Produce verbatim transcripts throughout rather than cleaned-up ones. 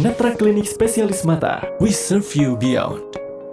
Netra Klinik Spesialis Mata, we serve you beyond.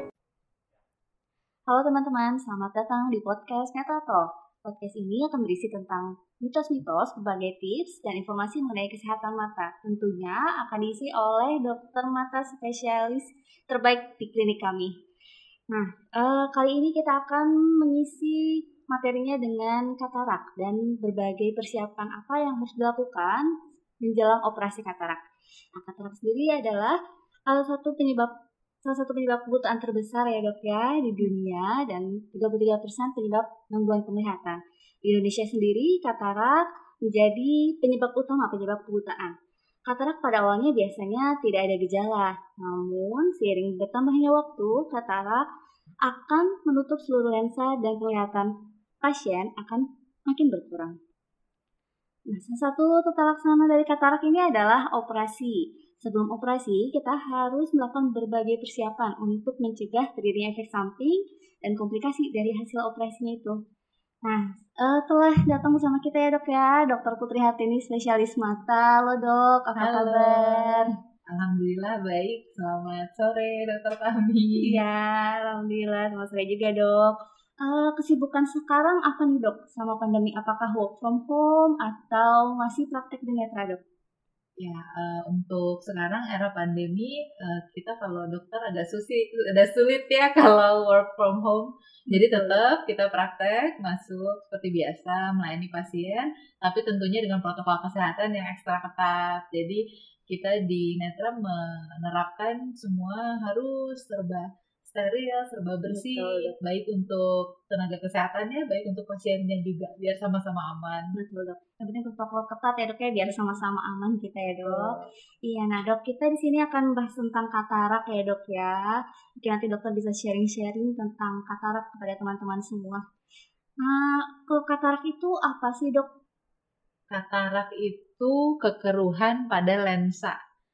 Halo teman-teman, selamat datang di podcast Netra Talk. Podcast ini akan berisi tentang mitos-mitos, berbagai tips, dan informasi mengenai kesehatan mata. Tentunya akan diisi oleh dokter mata spesialis terbaik di klinik kami. Nah, eh, kali ini kita akan mengisi materinya dengan katarak dan berbagai persiapan apa yang harus dilakukan menjelang operasi katarak. Nah, katarak sendiri adalah salah satu penyebab salah satu penyebab kebutaan terbesar ya dok ya di dunia, dan tiga puluh tiga persen penyebab gangguan penglihatan. Di Indonesia sendiri katarak menjadi penyebab utama penyebab kebutaan. Katarak pada awalnya biasanya tidak ada gejala, namun seiring bertambahnya waktu, katarak akan menutup seluruh lensa dan penglihatan pasien akan makin berkurang. Nah, salah satu tata laksana dari katarak ini adalah operasi. Sebelum operasi, kita harus melakukan berbagai persiapan untuk mencegah terjadinya efek samping dan komplikasi dari hasil operasinya itu. Nah, uh, telah datang bersama kita ya dok ya, Dokter Putri Hartini, spesialis mata. Halo dok, apa Halo. kabar? Alhamdulillah baik, selamat sore dokter Tami. Iya, alhamdulillah, selamat sore juga dok. Uh, kesibukan sekarang apa nih dok sama pandemi? Apakah work from home atau masih praktek di Netra dok? Ya, uh, untuk sekarang era pandemi, uh, kita kalau dokter agak sulit, ada sulit ya kalau work from home. Jadi tetap kita praktek, masuk seperti biasa, melayani pasien, tapi tentunya dengan protokol kesehatan yang ekstra ketat. Jadi kita di Netra menerapkan semua harus serba steril, serba bersih, betul, baik untuk tenaga kesehatannya, baik untuk pasiennya juga, biar sama-sama aman. Betul dok. Yang penting protokol ketat ya dok ya, biar sama-sama aman kita ya dok. Oh. Iya, nah dok, kita di sini akan bahas tentang katarak ya dok ya. Mungkin nanti dokter bisa sharing-sharing tentang katarak kepada teman-teman semua. Nah, kalau katarak itu apa sih dok? Katarak itu kekeruhan pada lensa.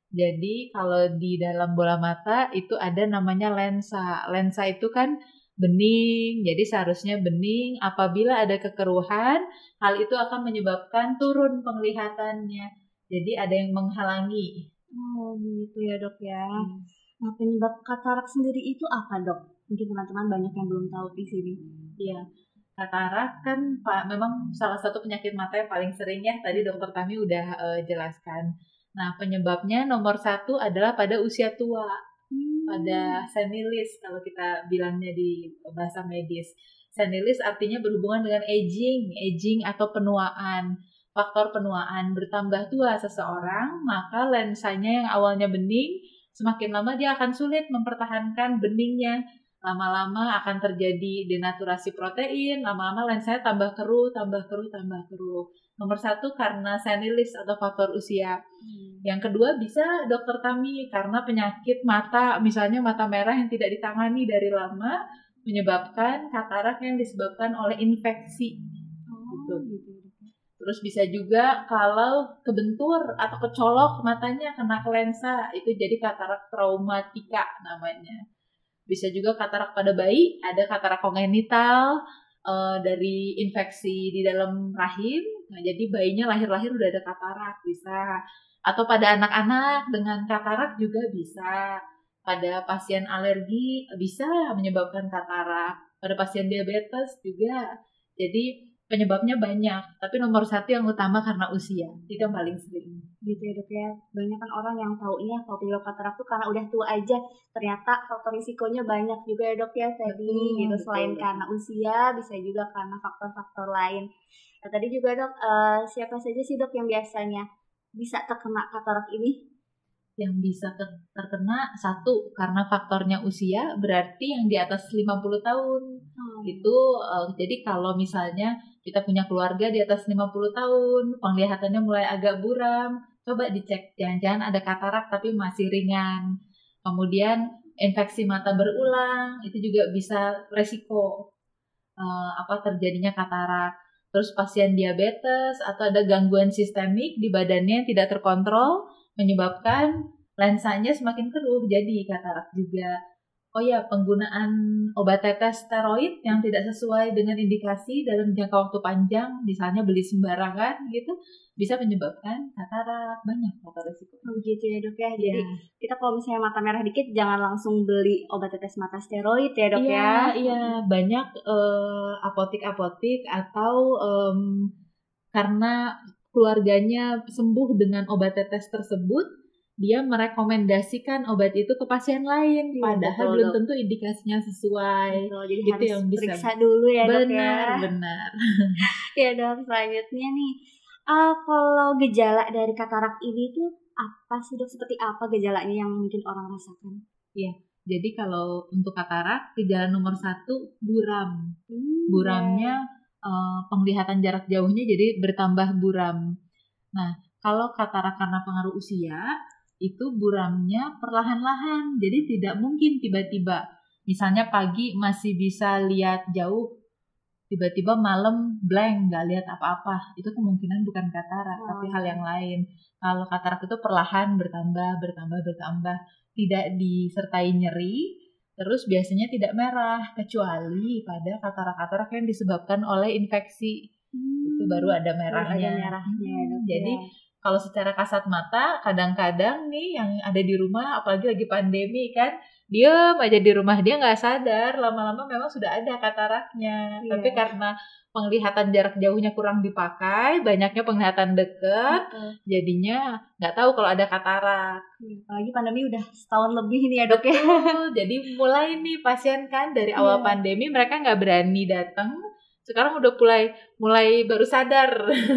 Jadi kalau di dalam bola mata itu ada namanya lensa. Lensa itu kan bening, jadi seharusnya bening. Apabila ada kekeruhan, hal itu akan menyebabkan turun penglihatannya. Jadi ada yang menghalangi. Oh gitu ya dok ya. Hmm. Nah, penyebab katarak sendiri itu apa dok? Mungkin teman-teman banyak yang belum tahu di sini. Iya, katarak kan Pak memang salah satu penyakit mata yang paling sering ya. Tadi dokter Tami udah uh, jelaskan. Nah, penyebabnya nomor satu adalah pada usia tua, hmm. pada senilis kalau kita bilangnya di bahasa medis. Senilis artinya berhubungan dengan aging, aging atau penuaan. Faktor penuaan, bertambah tua seseorang, maka lensanya yang awalnya bening, semakin lama dia akan sulit mempertahankan beningnya. Lama-lama akan terjadi denaturasi protein, lama-lama lensanya tambah keruh, tambah keruh, tambah keruh. Nomor satu karena senilis atau faktor usia. Hmm. Yang kedua bisa dokter Tami karena penyakit mata, misalnya mata merah yang tidak ditangani dari lama, menyebabkan katarak yang disebabkan oleh infeksi. Oh, gitu. gitu. Terus bisa juga kalau kebentur atau kecolok matanya kena ke lensa, itu jadi katarak traumatika namanya. Bisa juga katarak pada bayi, ada katarak kongenital uh, dari infeksi di dalam rahim. Nah, jadi bayinya lahir-lahir udah ada katarak, bisa. Atau pada anak-anak dengan katarak juga bisa. Pada pasien alergi bisa menyebabkan katarak. Pada pasien diabetes juga. Jadi penyebabnya banyak, tapi nomor satu yang utama karena usia, itu yang paling sering. Gitu ya dok ya, banyak kan orang yang taunya kalau penyebab katarak tuh karena udah tua aja, ternyata faktor risikonya banyak juga ya dok ya tadi, betul, gitu. Betul, selain betul. Karena usia, bisa juga karena faktor-faktor lain. Nah, tadi juga dok, uh, siapa saja sih dok yang biasanya bisa terkena katarak ini? Yang bisa terkena satu karena faktornya usia, berarti yang di atas lima puluh tahun. Hmm. Itu uh, jadi kalau misalnya kita punya keluarga di atas lima puluh tahun, penglihatannya mulai agak buram, coba dicek, jangan-jangan ada katarak tapi masih ringan. Kemudian infeksi mata berulang, itu juga bisa resiko uh, apa terjadinya katarak. Terus pasien diabetes atau ada gangguan sistemik di badannya yang tidak terkontrol, menyebabkan lensanya semakin keruh, jadi katarak juga. Oh ya, penggunaan obat tetes steroid yang tidak sesuai dengan indikasi dalam jangka waktu panjang, misalnya beli sembarangan gitu, bisa menyebabkan katarak. Banyak faktor resiko. Oh gitu ya dok ya. Jadi Iya. kita kalau misalnya mata merah dikit jangan langsung beli obat tetes mata steroid ya dok Iya, ya. iya, banyak eh, apotik-apotik atau em, karena keluarganya sembuh dengan obat tetes tersebut, dia merekomendasikan obat itu ke pasien lain, Iya, padahal betul, belum dok. tentu indikasinya sesuai. Betul, jadi Itu harus yang bisa. periksa dulu ya dok ya. Benar, benar. Ya dok, selanjutnya nih, uh, kalau gejala dari katarak ini tuh apa sih dok? Seperti apa gejalanya yang mungkin orang rasakan? Iya, jadi kalau untuk katarak, gejala nomor satu buram. Hmm, Buramnya eh, penglihatan jarak jauhnya jadi bertambah buram. Nah, kalau katarak karena pengaruh usia, itu buramnya perlahan-lahan, jadi tidak mungkin tiba-tiba. Misalnya pagi masih bisa lihat jauh, tiba-tiba malam blank, nggak lihat apa-apa. Itu kemungkinan bukan katarak, Oh. tapi hal yang lain. Kalau katarak itu perlahan bertambah, bertambah, bertambah, tidak disertai nyeri, terus biasanya tidak merah, kecuali pada katarak-katarak yang disebabkan oleh infeksi. Hmm, Itu baru ada baru merahnya. ada merahnya Hmm, dok. jadi ya. kalau secara kasat mata, kadang-kadang nih yang ada di rumah, apalagi lagi pandemi kan, diem aja di rumah, dia nggak sadar, lama-lama memang sudah ada kataraknya. Iya. Tapi karena penglihatan jarak jauhnya kurang dipakai, banyaknya penglihatan dekat, Betul. jadinya nggak tahu kalau ada katarak. Iya, apalagi pandemi udah setahun lebih nih ya dok ya. Betul, jadi mulai nih pasien kan dari awal Iya. pandemi mereka nggak berani datang. Sekarang udah mulai mulai baru sadar,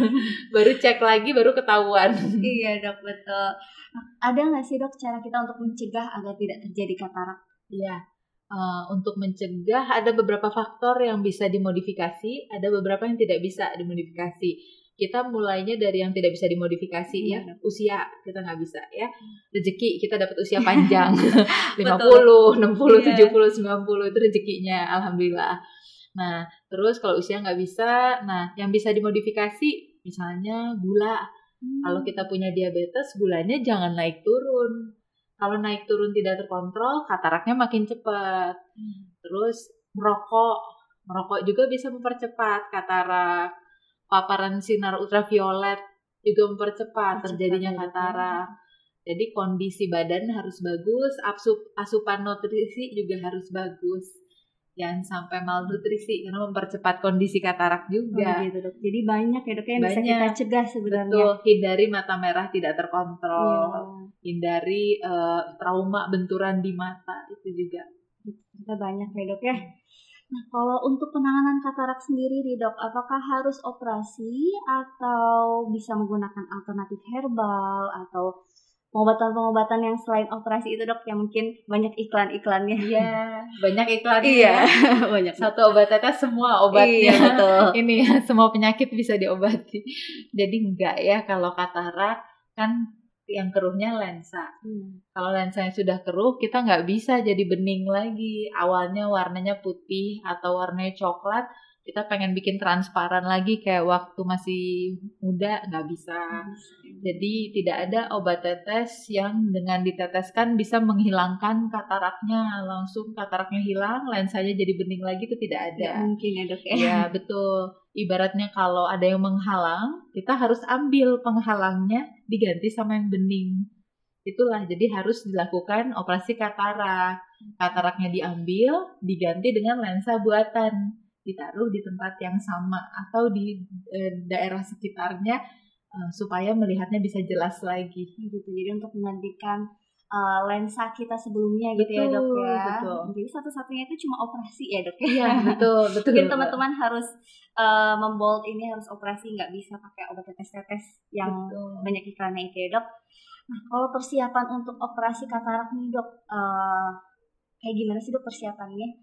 baru cek lagi, baru ketahuan. Iya dok, betul. Nah, ada nggak sih dok cara kita untuk mencegah agar tidak terjadi katarak? Iya, uh, untuk mencegah ada beberapa faktor yang bisa dimodifikasi, ada beberapa yang tidak bisa dimodifikasi. Kita mulainya dari yang tidak bisa dimodifikasi ya, usia kita nggak bisa ya. Rezeki kita dapat usia panjang, lima puluh, enam puluh, tujuh puluh, sembilan puluh itu rezekinya, alhamdulillah. Nah, terus kalau usia nggak bisa, nah yang bisa dimodifikasi misalnya gula. Hmm. Kalau kita punya diabetes, gulanya jangan naik turun. Kalau naik turun tidak terkontrol, kataraknya makin cepat. Hmm. Terus merokok, merokok juga bisa mempercepat katarak. Paparan sinar ultraviolet juga mempercepat terjadinya katarak. Jadi kondisi badan harus bagus, asup, asupan nutrisi juga harus bagus. Jangan sampai malnutrisi karena mempercepat kondisi katarak juga. Oh, gitu, dok. Jadi banyak ya dok yang banyak. bisa kita cegah sebenarnya. Betul, hindari mata merah tidak terkontrol, yeah. hindari uh, trauma benturan di mata itu juga. Kita banyak ya dok ya. Nah kalau untuk penanganan katarak sendiri nih dok, apakah harus operasi atau bisa menggunakan alternatif herbal atau pengobatan-pengobatan yang selain operasi itu dok, yang mungkin banyak iklan-iklannya? Iya, banyak iklannya. Iya, banyak. Satu obat tetes semua obatnya. Iya, betul. Ini semua penyakit bisa diobati. Jadi enggak ya, kalau katarak kan yang keruhnya lensa. Hmm. Kalau lensanya sudah keruh, kita nggak bisa jadi bening lagi. Awalnya warnanya putih atau warnanya coklat, kita pengen bikin transparan lagi kayak waktu masih muda, nggak bisa. Hmm. Jadi tidak ada obat tetes yang dengan diteteskan bisa menghilangkan kataraknya. Langsung kataraknya hilang, lensanya jadi bening lagi, itu tidak ada. Nggak mungkin ya dok ya? Ya betul. Ibaratnya kalau ada yang menghalang, kita harus ambil penghalangnya, diganti sama yang bening. Itulah, jadi harus dilakukan operasi katarak. Kataraknya diambil, diganti dengan lensa buatan. Ditaruh di tempat yang sama atau di eh, daerah sekitarnya uh, supaya melihatnya bisa jelas lagi. Gitu. Jadi untuk menggantikan uh, lensa kita sebelumnya gitu betul, ya dok ya. Betul. Jadi satu-satunya itu cuma operasi ya dok ya. Iya betul betul. Mungkin teman-teman harus uh, membold ini harus operasi, nggak bisa pakai obat tetes-tetes yang betul. Banyak iklannya itu ya dok. Nah kalau persiapan untuk operasi katarak nih dok, uh, kayak gimana sih dok persiapannya?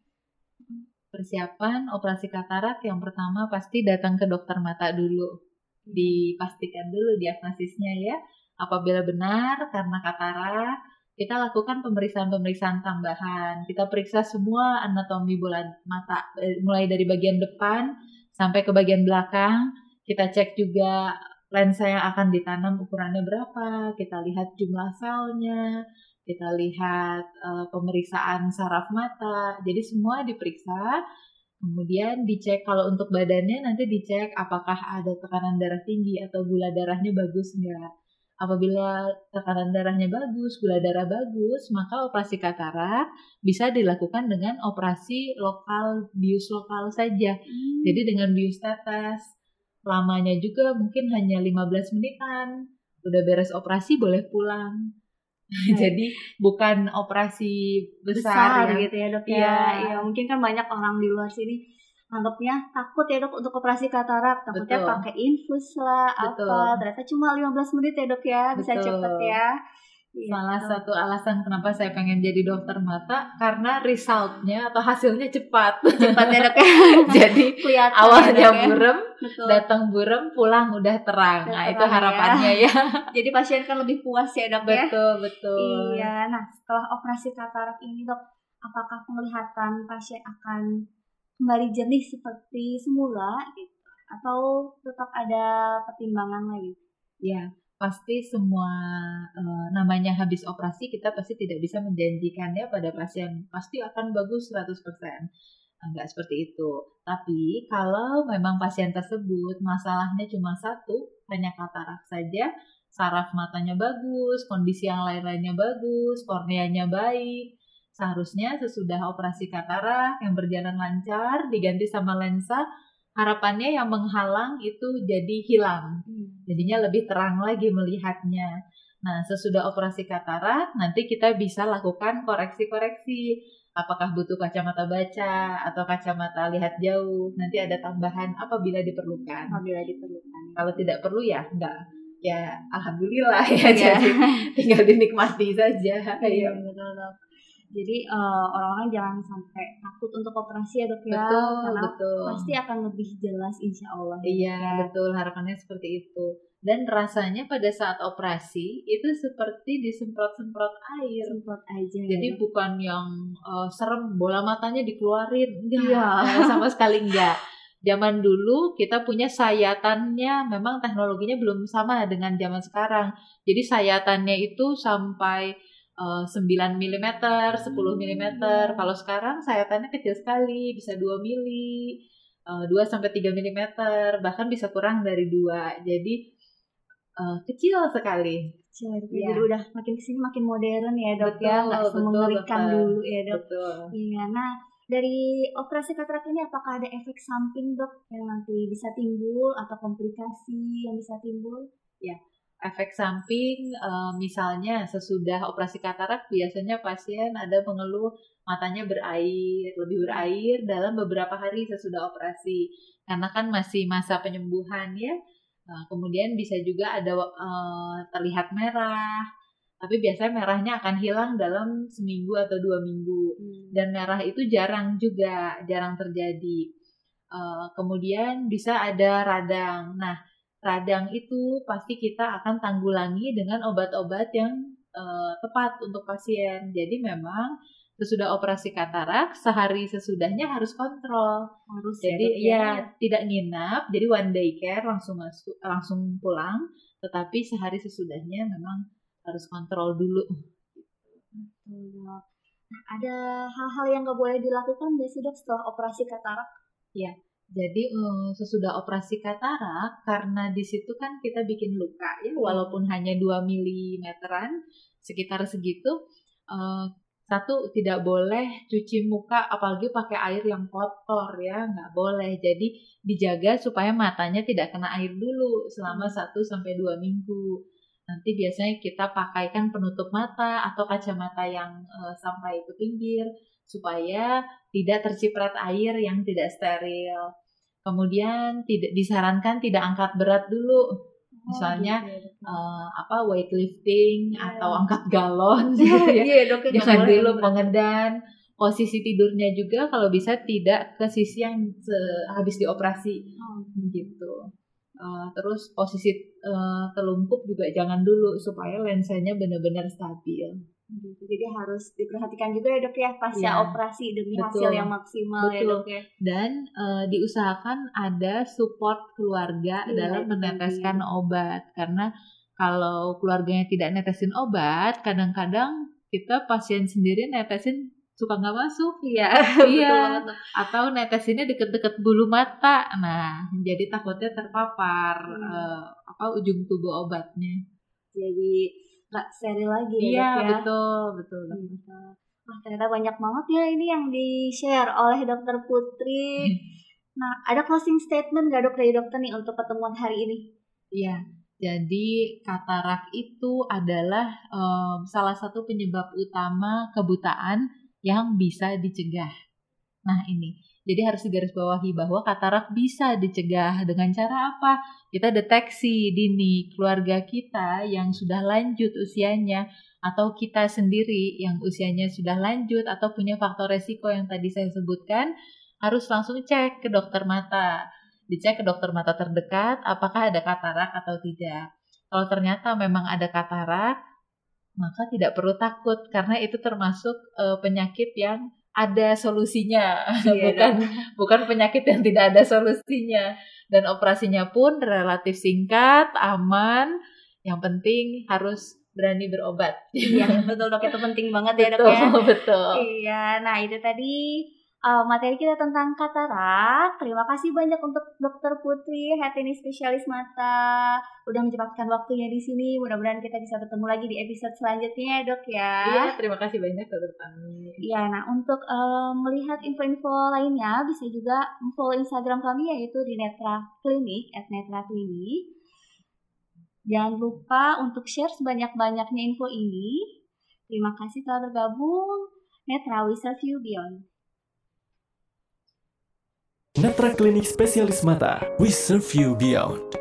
Persiapan operasi katarak yang pertama pasti datang ke dokter mata dulu. Dipastikan dulu diagnosisnya ya. Apabila benar karena katarak, kita lakukan pemeriksaan-pemeriksaan tambahan. Kita periksa semua anatomi bola mata, mulai dari bagian depan sampai ke bagian belakang. Kita cek juga lensa yang akan ditanam ukurannya berapa. Kita lihat jumlah selnya. kita lihat uh, pemeriksaan saraf mata. Jadi semua diperiksa, kemudian dicek kalau untuk badannya nanti dicek apakah ada tekanan darah tinggi atau gula darahnya bagus enggak. Apabila tekanan darahnya bagus, gula darah bagus, maka operasi katarak bisa dilakukan dengan operasi lokal, bius lokal saja. Hmm. Jadi dengan bius tetes. Lamanya juga mungkin hanya lima belas menitan. Udah beres operasi boleh pulang. Hmm. Jadi bukan operasi besar, besar ya. Gitu ya dok ya. Ya. Ya mungkin kan banyak orang di luar sini anggapnya takut ya dok untuk operasi katarak, takutnya Betul. pakai infus lah Betul. apa, ternyata cuma lima belas menit ya dok ya, bisa Betul. cepet ya. Salah gitu. Satu alasan kenapa saya pengen jadi dokter mata karena resultnya atau hasilnya cepat. Cepat ya dok ya. Jadi awalnya ya, burem, Betul. datang burem, pulang udah terang. Udah nah terang itu harapannya ya. ya. Jadi pasien kan lebih puas ya dok betul, ya. Betul betul. Iya. Nah setelah operasi katarak ini dok, apakah penglihatan pasien akan kembali jernih seperti semula gitu, atau tetap ada pertimbangan lain? Ya, pasti semua e, namanya habis operasi kita pasti tidak bisa menjanjikannya pada pasien pasti akan bagus seratus persen. Enggak seperti itu. Tapi kalau memang pasien tersebut masalahnya cuma satu, hanya katarak saja, saraf matanya bagus, kondisi yang lain-lainnya bagus, korneanya baik, seharusnya sesudah operasi katarak yang berjalan lancar diganti sama lensa, harapannya yang menghalang itu jadi hilang. Hmm. Jadinya lebih terang lagi melihatnya. Nah, sesudah operasi katarak nanti kita bisa lakukan koreksi-koreksi. Apakah butuh kacamata baca atau kacamata lihat jauh. Nanti ada tambahan apabila diperlukan. Apabila diperlukan. Kalau tidak perlu ya enggak. Ya alhamdulillah ya, ya. Jadi tinggal dinikmati saja. Iya, betul dok. Jadi uh, orang-orang jangan sampai takut untuk operasi ya dok ya, betul, karena betul. pasti akan lebih jelas insya Allah. Iya ya. Betul, harapannya seperti itu. Dan rasanya pada saat operasi itu seperti disemprot-semprot air. Semprot aja. Jadi ya. bukan yang uh, serem bola matanya dikeluarin, enggak, ya. sama sekali enggak. Zaman dulu kita punya sayatannya, memang teknologinya belum sama dengan zaman sekarang. Jadi sayatannya itu sampai Uh, sembilan milimeter, sepuluh milimeter. Kalau sekarang sayatannya kecil sekali, bisa dua mili, uh, dua sampai tiga milimeter, bahkan bisa kurang dari dua. Jadi uh, kecil sekali. Kecil, ya. Jadi udah makin kesini makin modern ya dok betul, ya, nggak semengerikan dulu ya dok. Betul. Iya, nah dari operasi katarak ini apakah ada efek samping dok yang nanti bisa timbul atau komplikasi yang bisa timbul? Ya. Efek samping uh, misalnya sesudah operasi katarak biasanya pasien ada mengeluh matanya berair, lebih berair dalam beberapa hari sesudah operasi karena kan masih masa penyembuhan ya. Nah, kemudian bisa juga ada uh, terlihat merah, tapi biasanya merahnya akan hilang dalam seminggu atau dua minggu hmm. dan merah itu jarang juga, jarang terjadi. Uh, kemudian bisa ada radang. Nah radang itu pasti kita akan tanggulangi dengan obat-obat yang uh, tepat untuk pasien. Jadi memang sesudah operasi katarak sehari sesudahnya harus kontrol. Harus. Jadi ya, ya tidak nginap. Jadi one day care langsung masuk, langsung pulang. Tetapi sehari sesudahnya memang harus kontrol dulu. Nah, ada hal-hal yang nggak boleh dilakukan nggak sih dok setelah operasi katarak? Ya. Jadi uh, sesudah operasi katarak karena di situ kan kita bikin luka ya walaupun hanya dua milimeteran sekitar segitu uh, satu tidak boleh cuci muka apalagi pakai air yang kotor ya nggak boleh. Jadi dijaga supaya matanya tidak kena air dulu selama satu sampai dua minggu. Nanti biasanya kita pakaikan penutup mata atau kacamata yang uh, sampai ke pinggir supaya tidak terciprat air yang tidak steril. Kemudian tidak disarankan tidak angkat berat dulu. Misalnya oh, gitu, gitu. Uh, apa weightlifting yeah. atau angkat galon gitu ya. Yeah, dok, jangan dulu pengedan. Posisi tidurnya juga kalau bisa tidak ke sisi yang se- habis dioperasi oh. gitu. Uh, terus posisi uh, telungkup juga jangan dulu supaya lensanya benar-benar stabil. Gitu. Jadi harus diperhatikan juga ya dok ya pasca ya, operasi demi betul, hasil yang maksimal betul. ya dok ya. Dan uh, diusahakan ada support keluarga ya, dalam meneteskan ya. obat karena kalau keluarganya tidak netesin obat kadang-kadang kita pasien sendiri netesin suka nggak masuk. Iya, Iya. betul banget. Atau netesinnya deket-deket bulu mata. Nah, jadi takutnya terpapar Hmm. eh, apa ujung tubuh obatnya. Jadi nggak steril lagi ya, Iya, Dok ya. betul, betul. Iya, betul. Wah, ternyata banyak banget ya ini yang di-share oleh Dokter Putri. Nah, ada closing statement nggak dok dari dokter nih untuk pertemuan hari ini? Iya, jadi katarak itu adalah em, salah satu penyebab utama kebutaan yang bisa dicegah. Nah ini, jadi harus digarisbawahi bahwa katarak bisa dicegah dengan cara apa? Kita deteksi dini keluarga kita yang sudah lanjut usianya, atau kita sendiri yang usianya sudah lanjut atau punya faktor resiko yang tadi saya sebutkan, harus langsung cek ke dokter mata. Dicek ke dokter mata terdekat apakah ada katarak atau tidak. Kalau ternyata memang ada katarak, maka tidak perlu takut karena itu termasuk uh, penyakit yang ada solusinya. Iya, bukan bukan penyakit yang tidak ada solusinya. Dan operasinya pun relatif singkat, aman. Yang penting harus berani berobat. Iya, betul dok, itu penting banget ya dok Betul, ya. betul. Iya, nah itu tadi uh, materi kita tentang katarak. Terima kasih banyak untuk Dokter Putri, Head Klinik Spesialis Mata, udah menyempatkan waktunya di sini. Mudah-mudahan kita bisa bertemu lagi di episode selanjutnya ya dok ya. Iya, terima kasih banyak dokter Tami. Iya, nah untuk uh, melihat info-info lainnya bisa juga follow Instagram kami yaitu di Netra Klinik at Netra Klinik. Jangan lupa untuk share sebanyak-banyaknya info ini. Terima kasih telah bergabung. Netra, we serve you beyond. Netra Klinik Spesialis Mata, we serve you beyond.